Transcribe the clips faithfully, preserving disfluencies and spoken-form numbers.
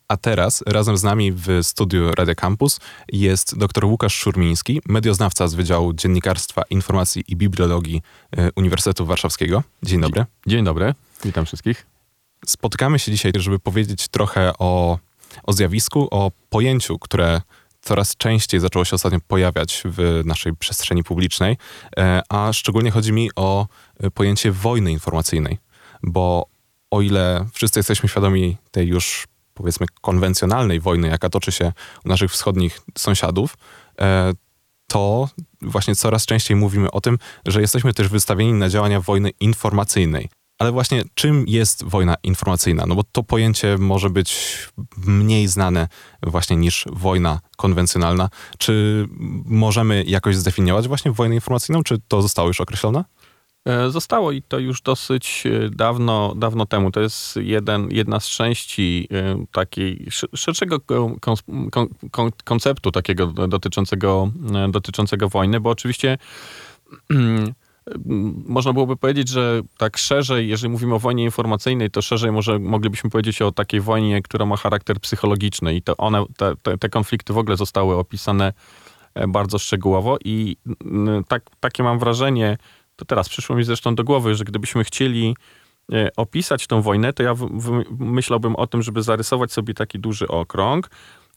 A teraz razem z nami w studiu Radia Campus jest dr Łukasz Szurmiński, medioznawca z Wydziału Dziennikarstwa, Informacji i Bibliologii Uniwersytetu Warszawskiego. Dzień dobry. Dzień dobry, witam wszystkich. Spotykamy się dzisiaj, żeby powiedzieć trochę o, o zjawisku, o pojęciu, które coraz częściej zaczęło się ostatnio pojawiać w naszej przestrzeni publicznej, a szczególnie chodzi mi o pojęcie wojny informacyjnej, bo o ile wszyscy jesteśmy świadomi tej już powiedzmy konwencjonalnej wojny, jaka toczy się u naszych wschodnich sąsiadów, to właśnie coraz częściej mówimy o tym, że jesteśmy też wystawieni na działania wojny informacyjnej. Ale właśnie czym jest wojna informacyjna? No bo to pojęcie może być mniej znane właśnie niż wojna konwencjonalna. Czy możemy jakoś zdefiniować właśnie wojnę informacyjną? Czy to zostało już określone? Zostało i to już dosyć dawno, dawno temu. To jest jeden, jedna z części takiej szerszego kon, kon, konceptu takiego dotyczącego, dotyczącego wojny, bo oczywiście można byłoby powiedzieć, że tak szerzej, jeżeli mówimy o wojnie informacyjnej, to szerzej może moglibyśmy powiedzieć o takiej wojnie, która ma charakter psychologiczny i to one, te, te, te konflikty w ogóle zostały opisane bardzo szczegółowo i tak, takie mam wrażenie, to teraz przyszło mi zresztą do głowy, że gdybyśmy chcieli opisać tą wojnę, to ja w, w, myślałbym o tym, żeby zarysować sobie taki duży okrąg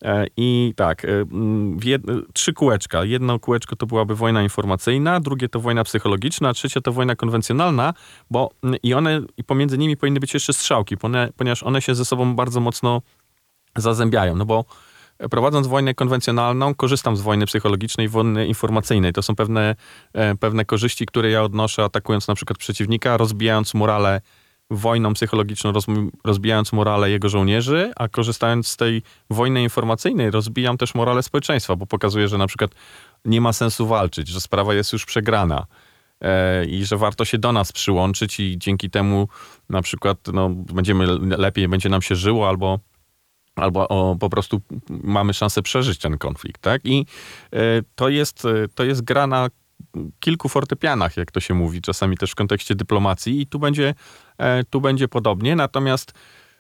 i tak, jed, trzy kółeczka. Jedno kółeczko to byłaby wojna informacyjna, drugie to wojna psychologiczna, a trzecie to wojna konwencjonalna, bo i one, i pomiędzy nimi powinny być jeszcze strzałki, ponieważ one się ze sobą bardzo mocno zazębiają, no bo prowadząc wojnę konwencjonalną, korzystam z wojny psychologicznej, wojny informacyjnej. To są pewne, pewne korzyści, które ja odnoszę, atakując na przykład przeciwnika, rozbijając morale wojną psychologiczną, rozbijając morale jego żołnierzy, a korzystając z tej wojny informacyjnej, rozbijam też morale społeczeństwa, bo pokazuję, że na przykład nie ma sensu walczyć, że sprawa jest już przegrana i że warto się do nas przyłączyć i dzięki temu na przykład no, będziemy lepiej, będzie nam się żyło, albo albo o, po prostu mamy szansę przeżyć ten konflikt, tak? I y, to jest, y, to jest gra na kilku fortepianach, jak to się mówi, czasami też w kontekście dyplomacji i tu będzie, y, tu będzie podobnie, natomiast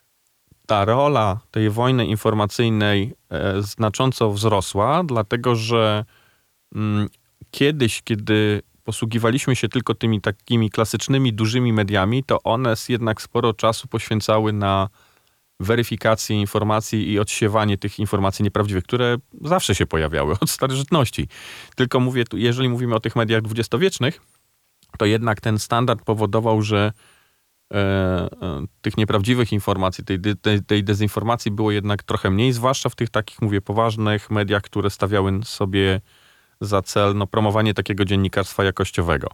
ta rola tej wojny informacyjnej y, znacząco wzrosła, dlatego że y, kiedyś, kiedy posługiwaliśmy się tylko tymi takimi klasycznymi, dużymi mediami, to one jednak sporo czasu poświęcały na weryfikację informacji i odsiewanie tych informacji nieprawdziwych, które zawsze się pojawiały od starożytności. Tylko mówię, jeżeli mówimy o tych mediach dwudziestowiecznych, to jednak ten standard powodował, że e, e, tych nieprawdziwych informacji, tej, tej, tej dezinformacji było jednak trochę mniej, zwłaszcza w tych takich, mówię, poważnych mediach, które stawiały sobie za cel no, promowanie takiego dziennikarstwa jakościowego.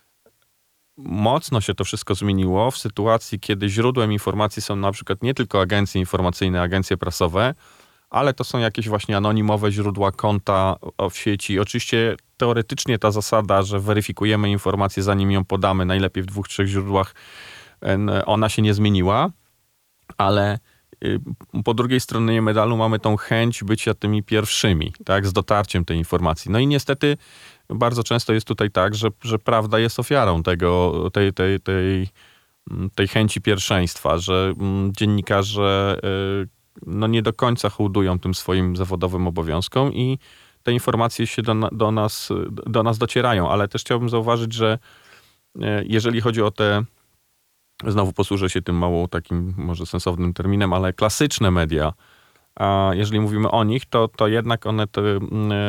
Mocno się to wszystko zmieniło w sytuacji, kiedy źródłem informacji są na przykład nie tylko agencje informacyjne, agencje prasowe, ale to są jakieś właśnie anonimowe źródła, konta w sieci. Oczywiście teoretycznie ta zasada, że weryfikujemy informację zanim ją podamy, najlepiej w dwóch, trzech źródłach, ona się nie zmieniła, ale po drugiej stronie medalu mamy tą chęć bycia tymi pierwszymi, tak, z dotarciem tej informacji. No i niestety bardzo często jest tutaj tak, że, że prawda jest ofiarą tego, tej, tej, tej, tej chęci pierwszeństwa, że dziennikarze no nie do końca hołdują tym swoim zawodowym obowiązkom i te informacje się do, do, nas, do nas docierają. Ale też chciałbym zauważyć, że jeżeli chodzi o te, znowu posłużę się tym mało takim może sensownym terminem, ale klasyczne media, a jeżeli mówimy o nich, to, to jednak one te, e,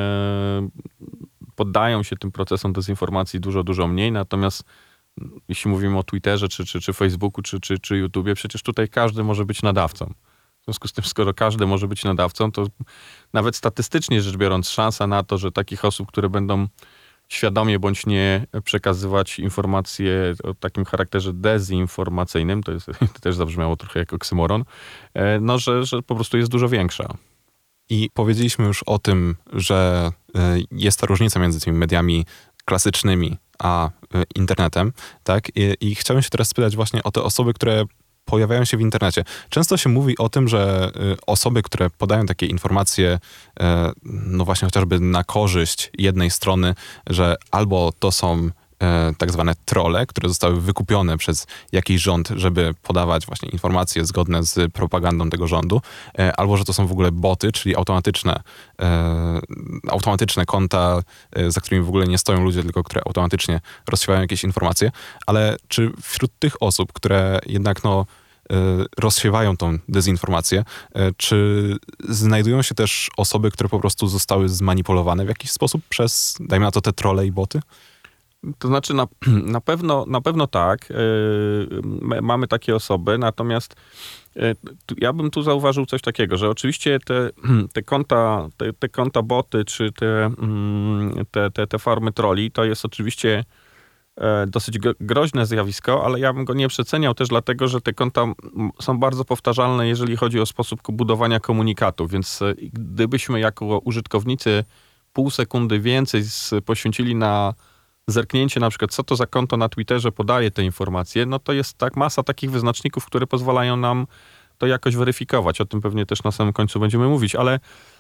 poddają się tym procesom dezinformacji dużo, dużo mniej. Natomiast jeśli mówimy o Twitterze, czy, czy, czy Facebooku, czy, czy, czy YouTubie, przecież tutaj każdy może być nadawcą. W związku z tym, skoro każdy może być nadawcą, to nawet statystycznie rzecz biorąc szansa na to, że takich osób, które będą świadomie bądź nie przekazywać informacje o takim charakterze dezinformacyjnym, to, jest, to też zabrzmiało trochę jak oksymoron, no, że, że po prostu jest dużo większa. I powiedzieliśmy już o tym, że jest ta różnica między tymi mediami klasycznymi a internetem, tak? I, i chciałem się teraz spytać właśnie o te osoby, które pojawiają się w internecie. Często się mówi o tym, że osoby, które podają takie informacje, no właśnie chociażby na korzyść jednej strony, że albo to są e, tak zwane trolle, które zostały wykupione przez jakiś rząd, żeby podawać właśnie informacje zgodne z propagandą tego rządu, e, albo że to są w ogóle boty, czyli automatyczne, e, automatyczne konta, e, za którymi w ogóle nie stoją ludzie, tylko które automatycznie rozsiewają jakieś informacje. Ale czy wśród tych osób, które jednak no rozsiewają tą dezinformację, czy znajdują się też osoby, które po prostu zostały zmanipulowane w jakiś sposób przez, dajmy na to, te trolle i boty? To znaczy na, na, pewno, na pewno tak. Yy, mamy takie osoby, natomiast yy, tu, ja bym tu zauważył coś takiego, że oczywiście te, te konta, te, te konta boty, czy te, yy, te, te, te farmy trolli, to jest oczywiście dosyć groźne zjawisko, ale ja bym go nie przeceniał też dlatego, że te konta są bardzo powtarzalne, jeżeli chodzi o sposób budowania komunikatu, więc gdybyśmy jako użytkownicy pół sekundy więcej poświęcili na zerknięcie na przykład, co to za konto na Twitterze podaje te informacje, no to jest tak masa takich wyznaczników, które pozwalają nam to jakoś weryfikować. O tym pewnie też na samym końcu będziemy mówić, ale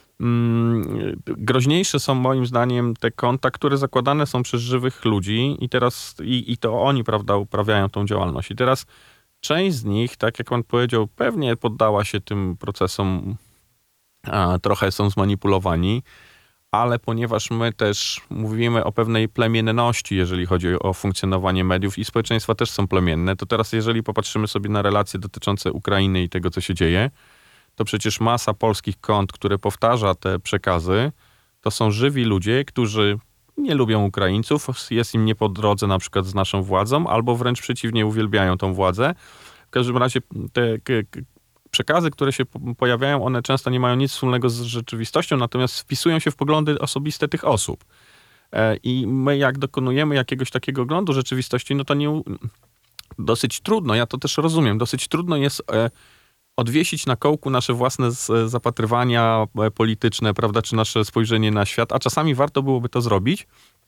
Mm, groźniejsze są moim zdaniem te konta, które zakładane są przez żywych ludzi i teraz i, i to oni, prawda, uprawiają tą działalność. I teraz część z nich, tak jak on powiedział, pewnie poddała się tym procesom, a, trochę są zmanipulowani, ale ponieważ my też mówimy o pewnej plemienności, jeżeli chodzi o funkcjonowanie mediów i społeczeństwa też są plemienne, to teraz jeżeli popatrzymy sobie na relacje dotyczące Ukrainy i tego, co się dzieje, to przecież masa polskich kont, które powtarza te przekazy, to są żywi ludzie, którzy nie lubią Ukraińców, jest im nie po drodze na przykład z naszą władzą, albo wręcz przeciwnie, uwielbiają tą władzę. W każdym razie te k- k- przekazy, które się pojawiają, one często nie mają nic wspólnego z rzeczywistością, natomiast wpisują się w poglądy osobiste tych osób. I my jak dokonujemy jakiegoś takiego oglądu rzeczywistości, no to nie... Dosyć trudno, ja to też rozumiem, dosyć trudno jest odwiesić na kołku nasze własne zapatrywania polityczne, prawda, czy nasze spojrzenie na świat, a czasami warto byłoby to zrobić,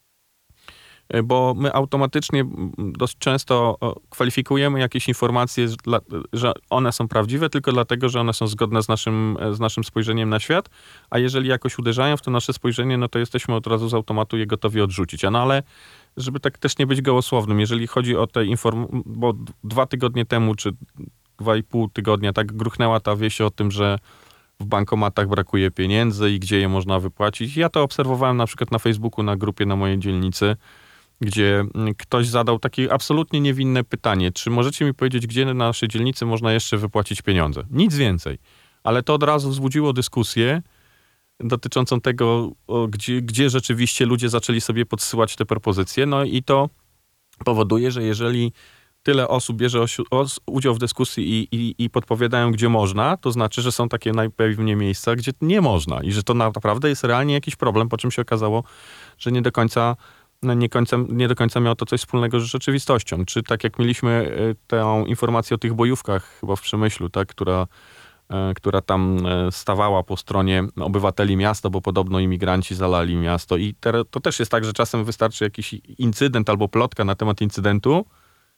bo my automatycznie dość często kwalifikujemy jakieś informacje, że one są prawdziwe tylko dlatego, że one są zgodne z naszym, z naszym spojrzeniem na świat, a jeżeli jakoś uderzają w to nasze spojrzenie, no to jesteśmy od razu z automatu je gotowi odrzucić. No ale żeby tak też nie być gołosłownym, jeżeli chodzi o te informacje, bo dwa tygodnie temu, czy dwa i pół tygodnia tak gruchnęła ta wieść o tym, że w bankomatach brakuje pieniędzy i gdzie je można wypłacić. Ja to obserwowałem na przykład na Facebooku, na grupie na mojej dzielnicy, gdzie ktoś zadał takie absolutnie niewinne pytanie, czy możecie mi powiedzieć, gdzie na naszej dzielnicy można jeszcze wypłacić pieniądze? Nic więcej. Ale to od razu wzbudziło dyskusję dotyczącą tego, gdzie, gdzie rzeczywiście ludzie zaczęli sobie podsyłać te propozycje. No i to powoduje, że jeżeli tyle osób bierze os- udział w dyskusji i, i, i podpowiadają, gdzie można, to znaczy, że są takie najpewniej miejsca, gdzie nie można i że to naprawdę jest realnie jakiś problem, po czym się okazało, że nie do końca, no nie, końca, nie do końca miało to coś wspólnego z rzeczywistością. Czy tak jak mieliśmy tę informację o tych bojówkach chyba w Przemyślu, tak, która, która tam stawała po stronie obywateli miasta, bo podobno imigranci zalali miasto i te, to też jest tak, że czasem wystarczy jakiś incydent albo plotka na temat incydentu,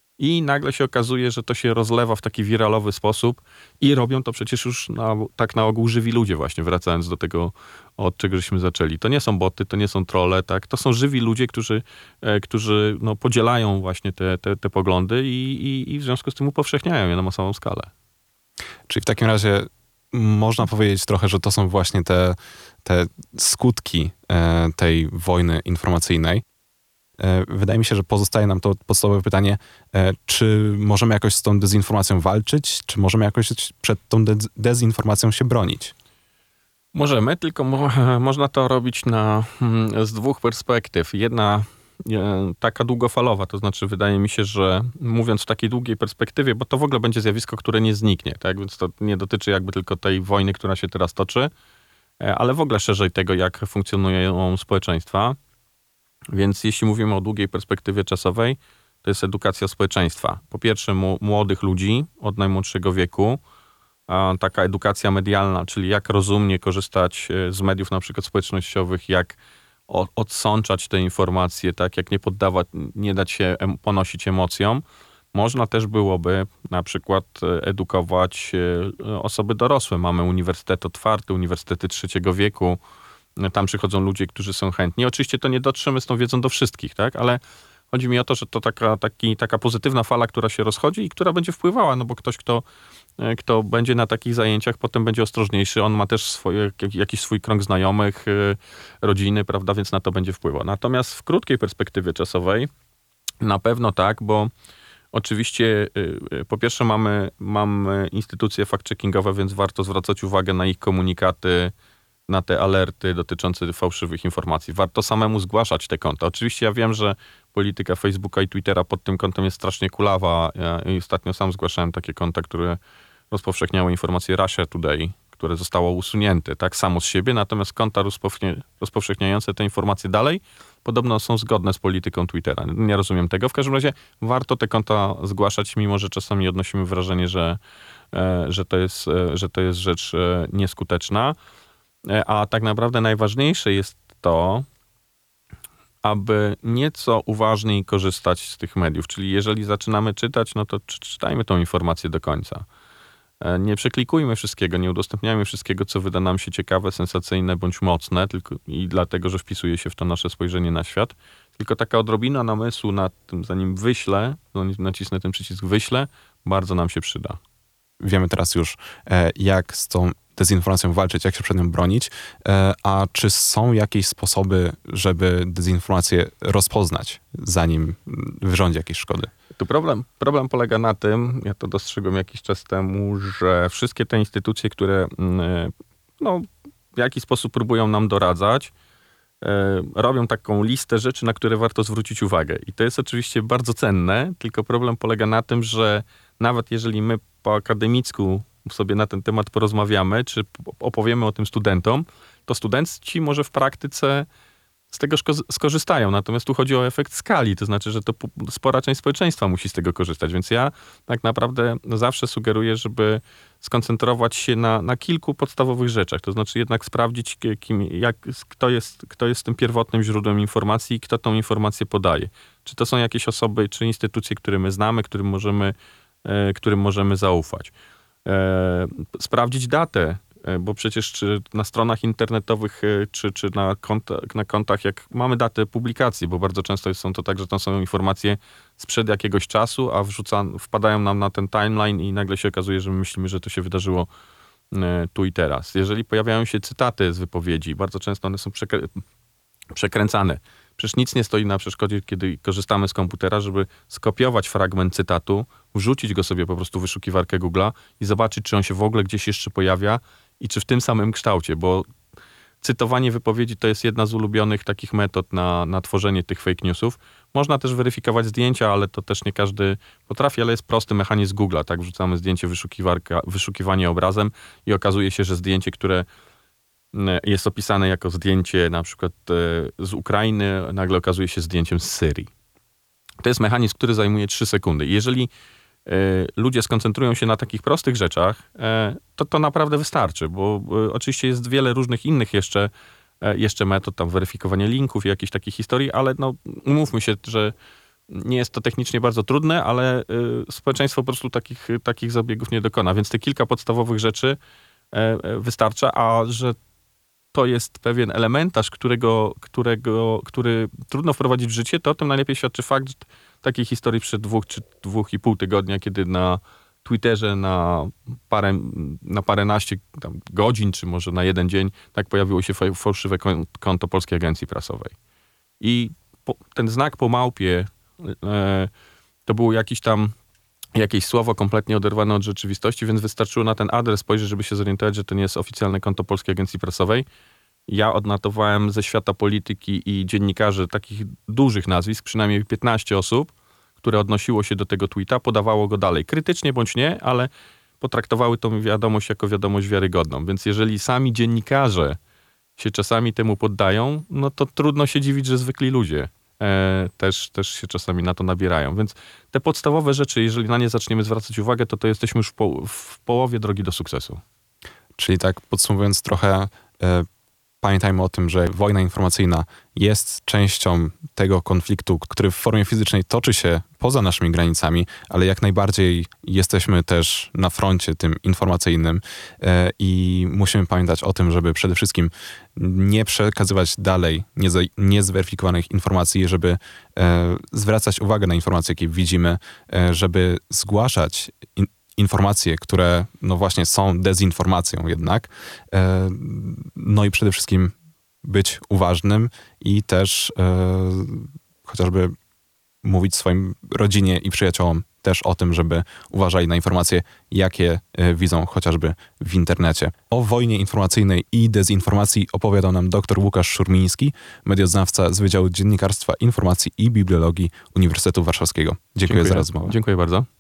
i nagle się okazuje, że to się rozlewa w taki wiralowy sposób i robią to przecież już na, tak na ogół żywi ludzie właśnie, wracając do tego, od czego żeśmy zaczęli. To nie są boty, to nie są trolle, tak? To są żywi ludzie, którzy, e, którzy no, podzielają właśnie te, te, te poglądy i, i, i w związku z tym upowszechniają je na masową skalę. Czyli w takim razie można powiedzieć trochę, że to są właśnie te, te skutki e, tej wojny informacyjnej. Wydaje mi się, że pozostaje nam to podstawowe pytanie, czy możemy jakoś z tą dezinformacją walczyć, czy możemy jakoś przed tą dez- dezinformacją się bronić? Możemy, tylko mo- można to robić na, z dwóch perspektyw. Jedna e, taka długofalowa, to znaczy wydaje mi się, że mówiąc w takiej długiej perspektywie, bo to w ogóle będzie zjawisko, które nie zniknie, tak? Więc to nie dotyczy jakby tylko tej wojny, która się teraz toczy, e, ale w ogóle szerzej tego, jak funkcjonują społeczeństwa. Więc jeśli mówimy o długiej perspektywie czasowej, to jest edukacja społeczeństwa. Po pierwsze mu, młodych ludzi od najmłodszego wieku, a taka edukacja medialna, czyli jak rozumnie korzystać z mediów na przykład społecznościowych, jak o, odsączać te informacje, tak, jak nie poddawać, nie dać się em, ponosić emocjom. Można też byłoby na przykład edukować osoby dorosłe. Mamy uniwersytet otwarty, uniwersytety trzeciego wieku, tam przychodzą ludzie, którzy są chętni. Oczywiście to nie dotrzemy z tą wiedzą do wszystkich, tak? Ale Chodzi mi o to, że to taka, taki, taka pozytywna fala, która się rozchodzi i która będzie wpływała, no bo ktoś, kto, e, kto będzie na takich zajęciach, potem będzie ostrożniejszy. On ma też swoje, jak- jakiś swój krąg znajomych, e, rodziny, prawda, więc na to będzie wpływał. Natomiast w krótkiej perspektywie czasowej na pewno tak, bo oczywiście y, y, po pierwsze mamy, mamy instytucje fact-checkingowe, więc warto zwracać uwagę na ich komunikaty, na te alerty dotyczące fałszywych informacji. Warto samemu zgłaszać te konta. Oczywiście ja wiem, że polityka Facebooka i Twittera pod tym kątem jest strasznie kulawa. Ja i ostatnio sam zgłaszałem takie konta, które rozpowszechniały informacje Russia Today, które zostało usunięte tak samo z siebie, natomiast konta rozpowszechnia- rozpowszechniające te informacje dalej podobno są zgodne z polityką Twittera. Nie rozumiem tego. W każdym razie warto te konta zgłaszać, mimo że czasami odnosimy wrażenie, że, e, że, to, jest, e, że to jest rzecz e, nieskuteczna. E, A tak naprawdę najważniejsze jest to, aby nieco uważniej korzystać z tych mediów. Czyli jeżeli zaczynamy czytać, no to czy- czytajmy tą informację do końca. E, Nie przeklikujmy wszystkiego, nie udostępniajmy wszystkiego, co wyda nam się ciekawe, sensacyjne bądź mocne, tylko i dlatego, że wpisuje się w to nasze spojrzenie na świat. Tylko taka odrobina namysłu nad tym, zanim wyślę, zanim nacisnę ten przycisk wyślę, bardzo nam się przyda. Wiemy teraz już, e, jak z tą dezinformacją walczyć, jak się przed nią bronić, e, a czy są jakieś sposoby, żeby dezinformację rozpoznać, zanim mm, wyrządzi jakieś szkody? Tu problem, problem polega na tym, ja to dostrzegłem jakiś czas temu, że wszystkie te instytucje, które mm, no, w jakiś sposób próbują nam doradzać, e, robią taką listę rzeczy, na które warto zwrócić uwagę. I to jest oczywiście bardzo cenne, tylko problem polega na tym, że nawet jeżeli my po akademicku sobie na ten temat porozmawiamy, czy opowiemy o tym studentom, to studenci może w praktyce z tego szko- skorzystają. Natomiast tu chodzi o efekt skali, to znaczy, że to pu- spora część społeczeństwa musi z tego korzystać. Więc ja tak naprawdę zawsze sugeruję, żeby skoncentrować się na, na kilku podstawowych rzeczach. To znaczy jednak sprawdzić, ki- kim, jak, kto, jest, kto jest tym pierwotnym źródłem informacji i kto tą informację podaje. Czy to są jakieś osoby, czy instytucje, które my znamy, którym możemy, e, którym możemy zaufać. E, sprawdzić datę, e, bo przecież czy na stronach internetowych, e, czy, czy na, konta, na kontach, jak mamy datę publikacji, bo bardzo często są to tak, że to są informacje sprzed jakiegoś czasu, a wrzuca, wpadają nam na ten timeline i nagle się okazuje, że my myślimy, że to się wydarzyło e, tu i teraz. Jeżeli pojawiają się cytaty z wypowiedzi, bardzo często one są przekrę- przekręcane. Przecież nic nie stoi na przeszkodzie, kiedy korzystamy z komputera, żeby skopiować fragment cytatu, wrzucić go sobie po prostu w wyszukiwarkę Google'a i zobaczyć, czy on się w ogóle gdzieś jeszcze pojawia i czy w tym samym kształcie, bo cytowanie wypowiedzi to jest jedna z ulubionych takich metod na, na tworzenie tych fake newsów. Można też weryfikować zdjęcia, ale to też nie każdy potrafi, ale jest prosty mechanizm Google'a, tak? Wrzucamy zdjęcie, wyszukiwarka, wyszukiwanie obrazem i okazuje się, że zdjęcie, które jest opisane jako zdjęcie na przykład z Ukrainy, nagle okazuje się zdjęciem z Syrii. To jest mechanizm, który zajmuje trzy sekundy. I jeżeli e, ludzie skoncentrują się na takich prostych rzeczach, e, to to naprawdę wystarczy, bo e, oczywiście jest wiele różnych innych jeszcze, e, jeszcze metod, tam weryfikowanie linków i jakichś takich historii, ale no, umówmy się, że nie jest to technicznie bardzo trudne, ale e, społeczeństwo po prostu takich, takich zabiegów nie dokona, więc te kilka podstawowych rzeczy e, e, wystarcza, a że to jest pewien elementarz, którego, którego, który trudno wprowadzić w życie, to o tym najlepiej świadczy fakt, że takiej historii przed dwóch czy dwóch i pół tygodnia, kiedy na Twitterze na parę, na paręnaście tam godzin, czy może na jeden dzień, tak pojawiło się fa- fałszywe kon- konto Polskiej Agencji Prasowej. I po, ten znak po małpie e, to było jakiś tam jakieś słowo kompletnie oderwane od rzeczywistości, więc wystarczyło na ten adres spojrzeć, żeby się zorientować, że to nie jest oficjalne konto Polskiej Agencji Prasowej. Ja odnotowałem ze świata polityki i dziennikarzy takich dużych nazwisk, przynajmniej piętnaście osób, które odnosiło się do tego tweeta, podawało go dalej. Krytycznie bądź nie, ale potraktowały tą wiadomość jako wiadomość wiarygodną. Więc jeżeli sami dziennikarze się czasami temu poddają, no to trudno się dziwić, że zwykli ludzie e, też, też się czasami na to nabierają. Więc te podstawowe rzeczy, jeżeli na nie zaczniemy zwracać uwagę, to to jesteśmy już w, po, w połowie drogi do sukcesu. Czyli tak podsumowując trochę, e, pamiętajmy o tym, że wojna informacyjna jest częścią tego konfliktu, który w formie fizycznej toczy się poza naszymi granicami, ale jak najbardziej jesteśmy też na froncie tym informacyjnym e, i musimy pamiętać o tym, żeby przede wszystkim nie przekazywać dalej nieze- niezweryfikowanych informacji, żeby e, zwracać uwagę na informacje, jakie widzimy, e, żeby zgłaszać in- informacje, które no właśnie są dezinformacją jednak. E, no i przede wszystkim być uważnym i też e, chociażby mówić swoim rodzinie i przyjaciołom też o tym, żeby uważali na informacje, jakie e, widzą chociażby w internecie. O wojnie informacyjnej i dezinformacji opowiadał nam dr Łukasz Szurmiński, medioznawca z Wydziału Dziennikarstwa, Informacji i Bibliologii Uniwersytetu Warszawskiego. Dziękuję, Dziękuję za rozmowę. Dziękuję bardzo.